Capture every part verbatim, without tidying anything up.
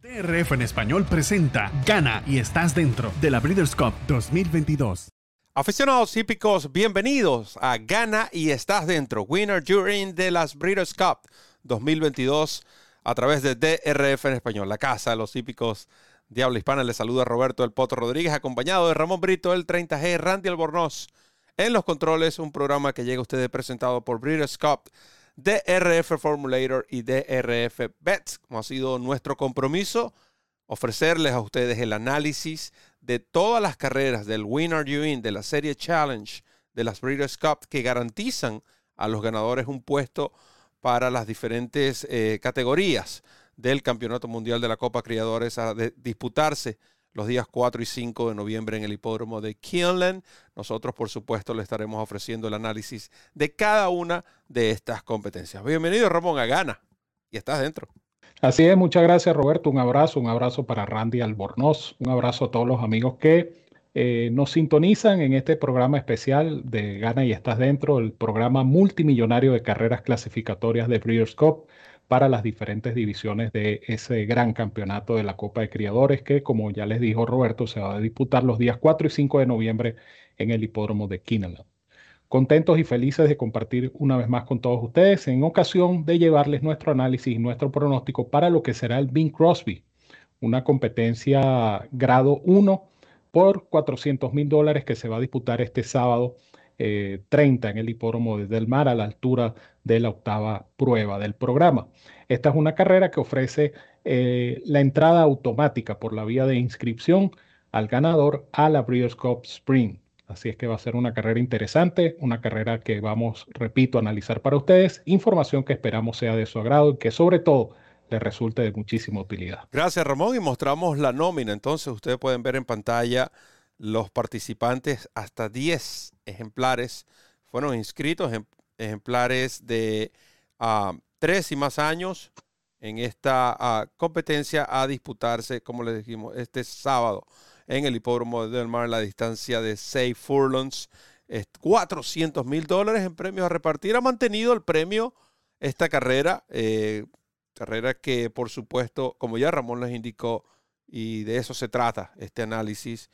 D R F en español presenta Gana y estás dentro de la Breeders' Cup dos mil veintidós. Aficionados hípicos, bienvenidos a Gana y estás dentro, Winner You're In de las Breeders' Cup dos mil veintidós a través de D R F en español, la casa de los hípicos de habla hispana. Les saluda Roberto El Potro Rodríguez, acompañado de Ramón Brito, el treinta G, Randy Albornoz en los controles, un programa que llega a ustedes presentado por Breeders' Cup, D R F Formulator y D R F Bets, como ha sido nuestro compromiso, ofrecerles a ustedes el análisis de todas las carreras del Winner You In, de la Serie Challenge, de las Breeders' Cup, que garantizan a los ganadores un puesto para las diferentes eh, categorías del Campeonato Mundial de la Copa Criadores a de, disputarse los días cuatro y cinco de noviembre en el hipódromo de Keeneland. Nosotros, por supuesto, le estaremos ofreciendo el análisis de cada una de estas competencias. Bienvenido, Ramón, a Gana. Y estás dentro. Así es, muchas gracias, Roberto. Un abrazo, un abrazo para Randy Albornoz. Un abrazo a todos los amigos que eh, nos sintonizan en este programa especial de Gana y estás dentro, el programa multimillonario de carreras clasificatorias de Breeders' Cup para las diferentes divisiones de ese gran campeonato de la Copa de Criadores que, como ya les dijo Roberto, se va a disputar los días cuatro y cinco de noviembre en el hipódromo de Keeneland. Contentos y felices de compartir una vez más con todos ustedes en ocasión de llevarles nuestro análisis y nuestro pronóstico para lo que será el Bing Crosby, una competencia grado uno por cuatrocientos mil dólares que se va a disputar este sábado Eh, treinta en el hipódromo de Del Mar a la altura de la octava prueba del programa. Esta es una carrera que ofrece eh, la entrada automática por la vía de inscripción al ganador a la Breeders' Cup Spring. Así es que va a ser una carrera interesante, una carrera que vamos, repito, a analizar para ustedes, información que esperamos sea de su agrado y que sobre todo les resulte de muchísima utilidad. Gracias, Ramón, y mostramos la nómina. Entonces ustedes pueden ver en pantalla los participantes, hasta diez ejemplares fueron inscritos, ejemplares de uh, tres y más años en esta uh, competencia a disputarse, como les dijimos, este sábado en el hipódromo de Del Mar, la distancia de seis furlongs, cuatrocientos mil dólares en premios a repartir. Ha mantenido el premio esta carrera, eh, carrera que por supuesto, como ya Ramón les indicó, y de eso se trata este análisis,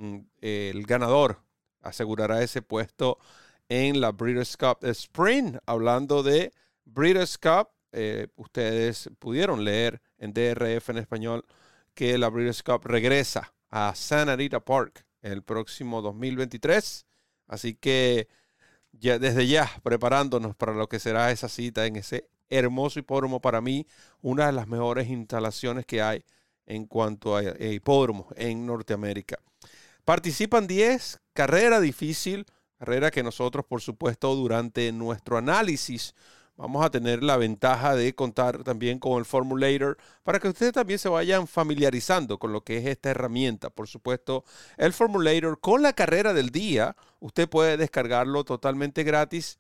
el ganador asegurará ese puesto en la Breeders' Cup Spring. Hablando de Breeders' Cup, eh, ustedes pudieron leer en D R F en español que la Breeders' Cup regresa a Santa Anita Park el próximo dos mil veintitrés. Así que ya, desde ya preparándonos para lo que será esa cita en ese hermoso hipódromo, para mí una de las mejores instalaciones que hay en cuanto a hipódromos en Norteamérica. Participan diez, carrera difícil, carrera que nosotros, por supuesto, durante nuestro análisis vamos a tener la ventaja de contar también con el Formulator para que ustedes también se vayan familiarizando con lo que es esta herramienta. Por supuesto, el Formulator con la carrera del día, usted puede descargarlo totalmente gratis.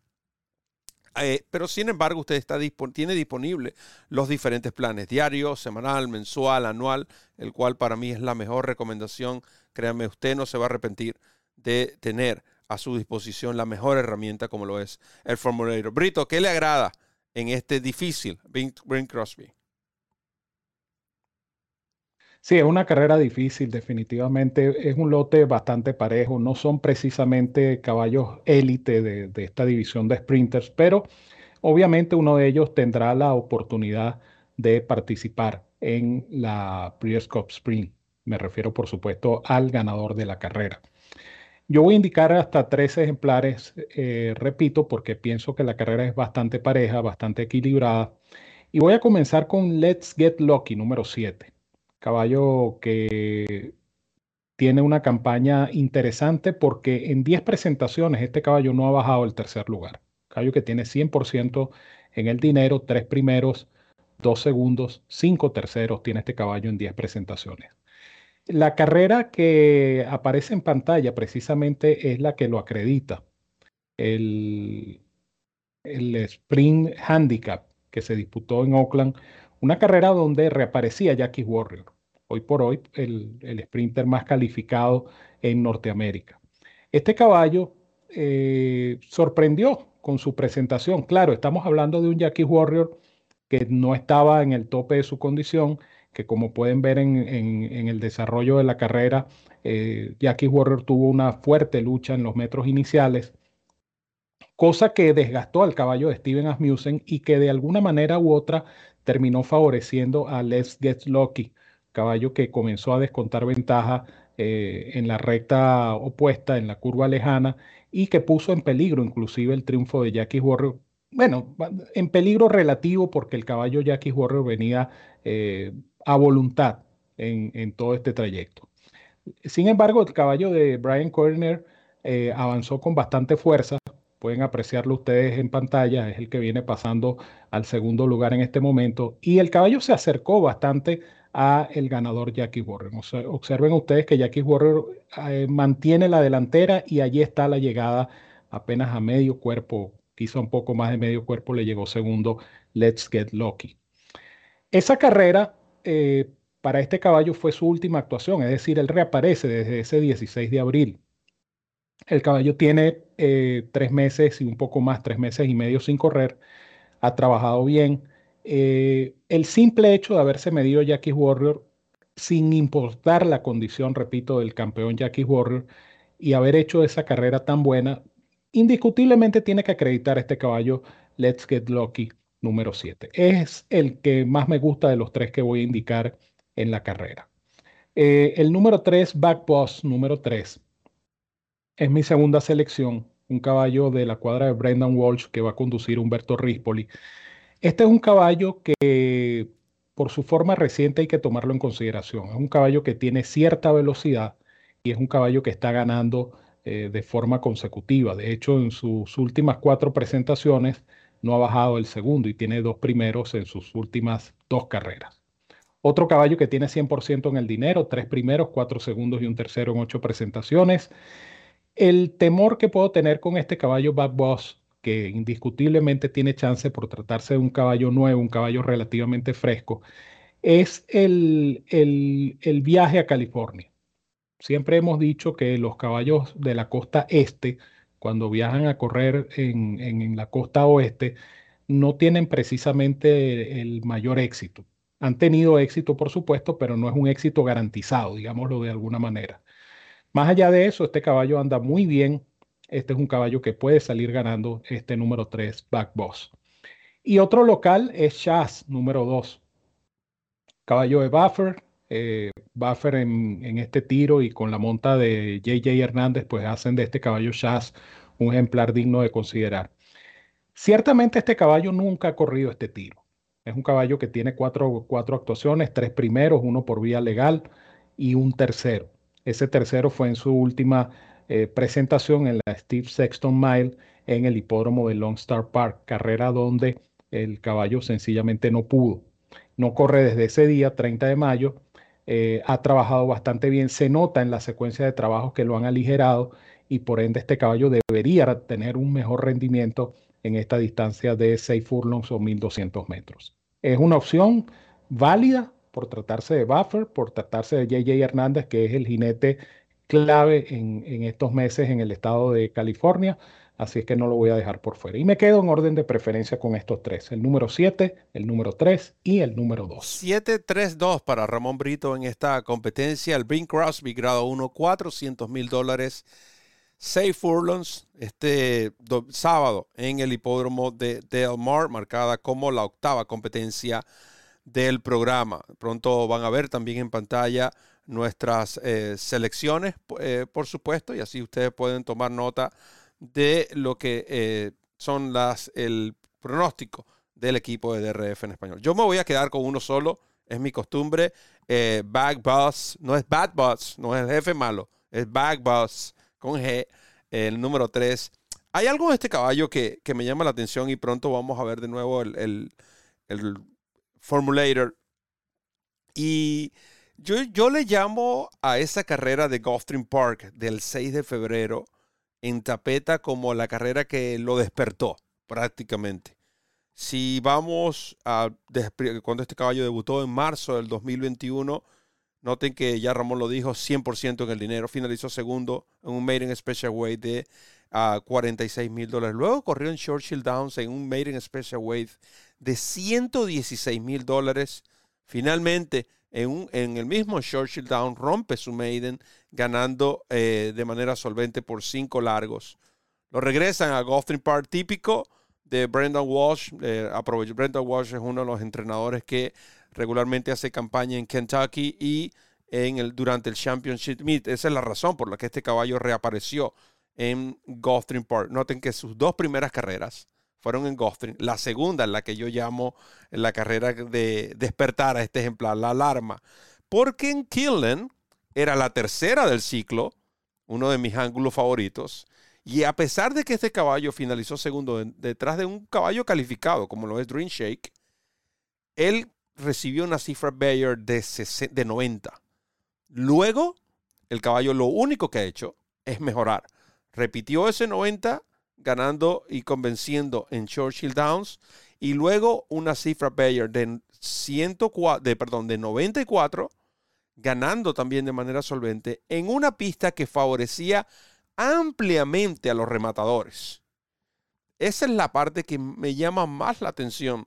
Eh, pero sin embargo usted está dispon- tiene disponible los diferentes planes, diario, semanal, mensual, anual, el cual para mí es la mejor recomendación. Créanme, usted no se va a arrepentir de tener a su disposición la mejor herramienta como lo es el Formulator. Brito, ¿qué le agrada en este difícil Bing, Bing Crosby? Sí, es una carrera difícil, definitivamente. Es un lote bastante parejo. No son precisamente caballos élite de, de esta división de sprinters, pero obviamente uno de ellos tendrá la oportunidad de participar en la Breeders' Cup Spring. Me refiero, por supuesto, al ganador de la carrera. Yo voy a indicar hasta tres ejemplares, eh, repito, porque pienso que la carrera es bastante pareja, bastante equilibrada. Y voy a comenzar con Let's Get Lucky, número siete. Caballo que tiene una campaña interesante porque en diez presentaciones este caballo no ha bajado el tercer lugar. Caballo que tiene cien por ciento en el dinero, tres primeros, dos segundos, cinco terceros tiene este caballo en diez presentaciones. La carrera que aparece en pantalla precisamente es la que lo acredita. El, el Sprint Handicap que se disputó en Oakland, una carrera donde reaparecía Jackie Warrior, hoy por hoy el, el sprinter más calificado en Norteamérica. Este caballo eh, sorprendió con su presentación. Claro, estamos hablando de un Jackie Warrior que no estaba en el tope de su condición, que como pueden ver en, en- en el desarrollo de la carrera, eh, Jackie Warrior tuvo una fuerte lucha en los metros iniciales, cosa que desgastó al caballo de Steven Asmussen y que de alguna manera u otra terminó favoreciendo a Let's Get Lucky, caballo que comenzó a descontar ventaja eh, en la recta opuesta, en la curva lejana, y que puso en peligro inclusive el triunfo de Jackie Warrior. Bueno, en peligro relativo porque el caballo Jackie Warrior venía eh, a voluntad en, en todo este trayecto. Sin embargo, el caballo de Brian Corner eh, avanzó con bastante fuerza. Pueden apreciarlo ustedes en pantalla. Es el que viene pasando al segundo lugar en este momento. Y el caballo se acercó bastante a el ganador Jackie Warren. O sea, observen ustedes que Jackie Warren eh, mantiene la delantera y allí está la llegada apenas a medio cuerpo, quizá un poco más de medio cuerpo, le llegó segundo Let's Get Lucky. Esa carrera eh, para este caballo fue su última actuación, es decir, él reaparece desde ese dieciséis de abril. El caballo tiene eh, tres meses y un poco más, tres meses y medio sin correr, ha trabajado bien. Eh, el simple hecho de haberse medido Jackie Warrior, sin importar la condición, repito, del campeón Jackie Warrior, y haber hecho esa carrera tan buena, indiscutiblemente tiene que acreditar este caballo Let's Get Lucky número siete. Es el que más me gusta de los tres que voy a indicar en la carrera. Eh, el número tres, Back Boss número tres, es mi segunda selección, un caballo de la cuadra de Brendan Walsh que va a conducir Humberto Rispoli. Este es un caballo que por su forma reciente hay que tomarlo en consideración. Es un caballo que tiene cierta velocidad y es un caballo que está ganando eh, de forma consecutiva. De hecho, en sus últimas cuatro presentaciones no ha bajado el segundo y tiene dos primeros en sus últimas dos carreras. Otro caballo que tiene cien por ciento en el dinero, tres primeros, cuatro segundos y un tercero en ocho presentaciones. El temor que puedo tener con este caballo Bad Boss, que indiscutiblemente tiene chance por tratarse de un caballo nuevo, un caballo relativamente fresco, es el, el, el viaje a California. Siempre hemos dicho que los caballos de la costa este, cuando viajan a correr en, en, en la costa oeste, no tienen precisamente el mayor éxito. Han tenido éxito, por supuesto, pero no es un éxito garantizado, digámoslo de alguna manera. Más allá de eso, este caballo anda muy bien. Este es un caballo que puede salir ganando este número tres, Back Boss. Y otro local es Shaz, número dos. Caballo de Buffer. Eh, Buffer en, en este tiro y con la monta de J J Hernández, pues hacen de este caballo Shaz un ejemplar digno de considerar. Ciertamente este caballo nunca ha corrido este tiro. Es un caballo que tiene cuatro, cuatro actuaciones, tres primeros, uno por vía legal y un tercero. Ese tercero fue en su última eh, presentación en la Steve Sexton Mile en el hipódromo de Lone Star Park, carrera donde el caballo sencillamente no pudo. No corre desde ese día, treinta de mayo. Eh, ha trabajado bastante bien. Se nota en la secuencia de trabajos que lo han aligerado y por ende este caballo debería tener un mejor rendimiento en esta distancia de seis furlongs o mil doscientos metros. Es una opción válida por tratarse de Buffer, por tratarse de J J Hernández, que es el jinete clave en, en estos meses en el estado de California, así es que no lo voy a dejar por fuera. Y me quedo en orden de preferencia con estos tres, el número siete, el número tres y el número dos. siete tres dos para Ramón Brito en esta competencia. El Bing Crosby, grado uno, cuatrocientos mil dólares. seis furlongs este do, sábado en el hipódromo de Del Mar, marcada como la octava competencia del programa. Pronto van a ver también en pantalla nuestras eh, selecciones, eh, por supuesto, y así ustedes pueden tomar nota de lo que eh, son las el pronóstico del equipo de D R F en español. Yo me voy a quedar con uno solo, es mi costumbre. eh, Back Boss, no es Bad Boss, no es el jefe malo, es Back Boss con G, el número tres. Hay algo en este caballo que, que me llama la atención y pronto vamos a ver de nuevo el, el, el Formulator. Y yo, yo le llamo a esa carrera de Gulfstream Park del seis de febrero en tapeta como la carrera que lo despertó prácticamente. Si vamos a cuando este caballo debutó en marzo del dos mil veintiuno, noten que ya Ramón lo dijo, cien por ciento en el dinero. Finalizó segundo en un Maiden Special Weight de uh, cuarenta y seis mil dólares. Luego corrió en Churchill Downs en un Maiden Special Weight de ciento dieciséis mil dólares. Finalmente, en, un, en el mismo Churchill Downs rompe su maiden ganando eh, de manera solvente por cinco largos. Lo regresan a Gulfstream Park, típico de Brendan Walsh. Eh, Brendan Walsh es uno de los entrenadores que regularmente hace campaña en Kentucky y en el, durante el Championship Meet. Esa es la razón por la que este caballo reapareció en Gulfstream Park. Noten que sus dos primeras carreras fueron en Gulfstream. La segunda, en la que yo llamo la carrera de despertar a este ejemplar, la alarma. Porque en Keeneland era la tercera del ciclo, uno de mis ángulos favoritos. Y a pesar de que este caballo finalizó segundo de, detrás de un caballo calificado, como lo es Dream Shake, él recibió una cifra Bayer de, de noventa. Luego, el caballo lo único que ha hecho es mejorar. Repitió ese noventa, ganando y convenciendo en Churchill Downs. Y luego una cifra Bayer de, ciento cuatro, de, perdón, de noventa y cuatro, ganando también de manera solvente en una pista que favorecía ampliamente a los rematadores. Esa es la parte que me llama más la atención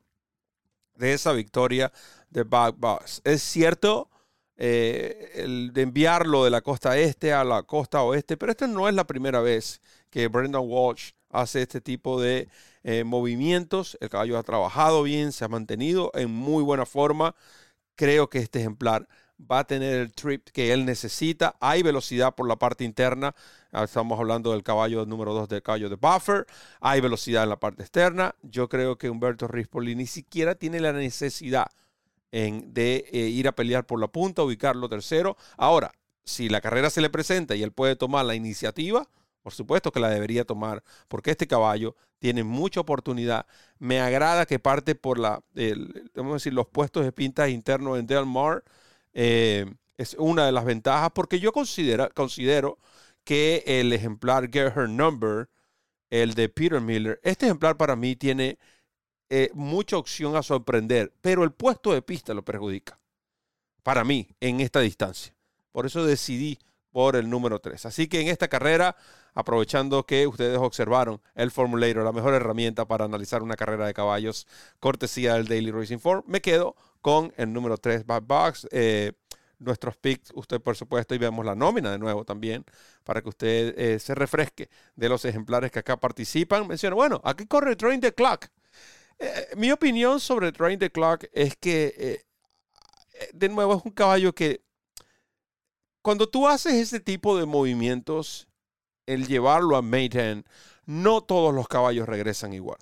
de esa victoria de Bug Boss. Es cierto, eh, el de enviarlo de la costa este a la costa oeste, pero esta no es la primera vez que Brendan Walsh hace este tipo de eh, movimientos. El caballo ha trabajado bien, se ha mantenido en muy buena forma. Creo que este ejemplar va a tener el trip que él necesita. Hay velocidad por la parte interna. Estamos hablando del caballo número dos del caballo de Buffer. Hay velocidad en la parte externa. Yo creo que Humberto Rispoli ni siquiera tiene la necesidad en, de eh, ir a pelear por la punta, ubicarlo tercero. Ahora, si la carrera se le presenta y él puede tomar la iniciativa, por supuesto que la debería tomar, porque este caballo tiene mucha oportunidad. Me agrada que parte por la, el, vamos a decir, los puestos de pintas internos en Del Mar. Eh, es una de las ventajas, porque yo considero, considero que el ejemplar Get Her Number, el de Peter Miller, este ejemplar para mí tiene eh, mucha opción a sorprender, pero el puesto de pista lo perjudica para mí en esta distancia. Por eso decidí por el número tres. Así que en esta carrera, aprovechando que ustedes observaron el Formulator, la mejor herramienta para analizar una carrera de caballos, cortesía del Daily Racing Form, me quedo con el número tres, Bad Box. Eh, nuestros picks, usted por supuesto, y vemos la nómina de nuevo también, para que usted eh, se refresque de los ejemplares que acá participan. Menciono, bueno, aquí corre Drain the Clock. Eh, mi opinión sobre Drain the Clock es que, eh, de nuevo, es un caballo que cuando tú haces ese tipo de movimientos, el llevarlo a Maiden, no todos los caballos regresan igual.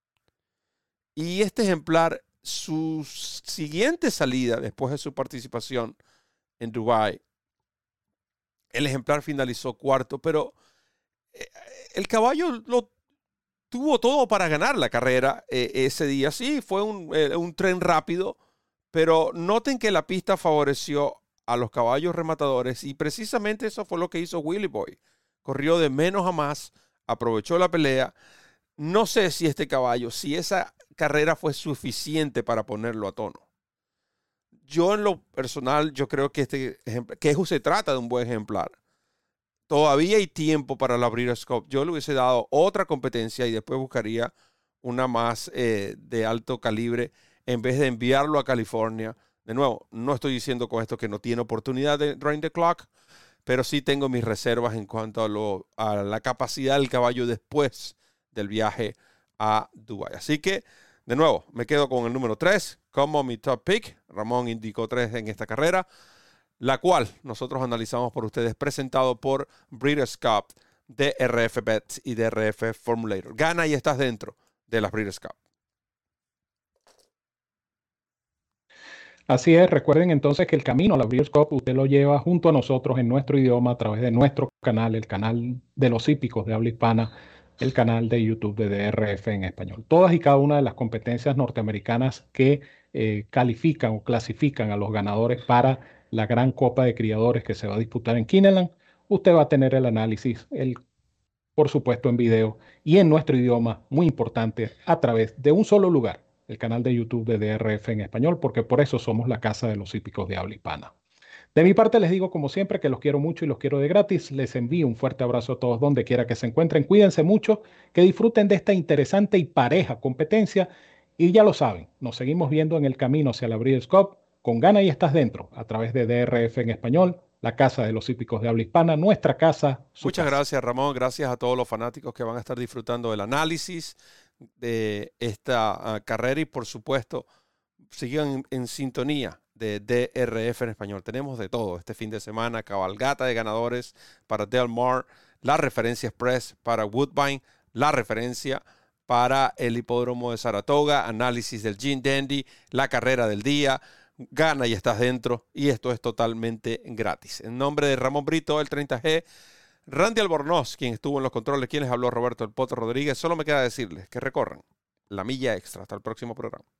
Y este ejemplar, su siguiente salida después de su participación en Dubái, el ejemplar finalizó cuarto, pero el caballo lo tuvo todo para ganar la carrera eh, ese día. Sí, fue un, eh, un tren rápido, pero noten que la pista favoreció a los caballos rematadores y precisamente eso fue lo que hizo Willie Boy. Corrió de menos a más, aprovechó la pelea. No sé si este caballo, si esa carrera fue suficiente para ponerlo a tono. Yo en lo personal, yo creo que este ejemplar, que se trata de un buen ejemplar. Todavía hay tiempo para la Breeders' Cup. Yo le hubiese dado otra competencia y después buscaría una más eh, de alto calibre en vez de enviarlo a California. De nuevo, no estoy diciendo con esto que no tiene oportunidad de Drain the Clock, pero sí tengo mis reservas en cuanto a, lo, a la capacidad del caballo después del viaje a Dubái. Así que, de nuevo, me quedo con el número tres como mi top pick. Ramón indicó tres en esta carrera, la cual nosotros analizamos por ustedes, presentado por Breeders' Cup, D R F Bets y D R F Formulator. Gana y estás dentro de las Breeders' Cup. Así es, recuerden entonces que el camino a la Breeders' Cup usted lo lleva junto a nosotros en nuestro idioma a través de nuestro canal, el canal de los hípicos de habla hispana, el canal de YouTube de D R F en español. Todas y cada una de las competencias norteamericanas que eh, califican o clasifican a los ganadores para la gran Copa de Criadores que se va a disputar en Keeneland, usted va a tener el análisis, el, por supuesto en video y en nuestro idioma, muy importante, a través de un solo lugar, el canal de YouTube de D R F en español, porque por eso somos la casa de los hípicos de habla hispana. De mi parte les digo como siempre que los quiero mucho y los quiero de gratis. Les envío un fuerte abrazo a todos donde quiera que se encuentren. Cuídense mucho, que disfruten de esta interesante y pareja competencia. Y ya lo saben, nos seguimos viendo en el camino hacia la Breeders' Cup con Gana y Estás Dentro, a través de D R F en español, la casa de los hípicos de habla hispana, nuestra casa, su Muchas casa. gracias, Ramón. Gracias a todos los fanáticos que van a estar disfrutando del análisis de esta uh, carrera y, por supuesto, sigan en, en sintonía de D R F en español. Tenemos de todo este fin de semana, cabalgata de ganadores para Del Mar, la referencia express para Woodbine, la referencia para el hipódromo de Saratoga, análisis del Gene Dandy, la carrera del día, Gana y Estás Dentro, y esto es totalmente gratis. En nombre de Ramón Brito, el treinta G, Randy Albornoz, quien estuvo en los controles, quien les habló, Roberto El Potro Rodríguez, solo me queda decirles que recorran la milla extra. Hasta el próximo programa.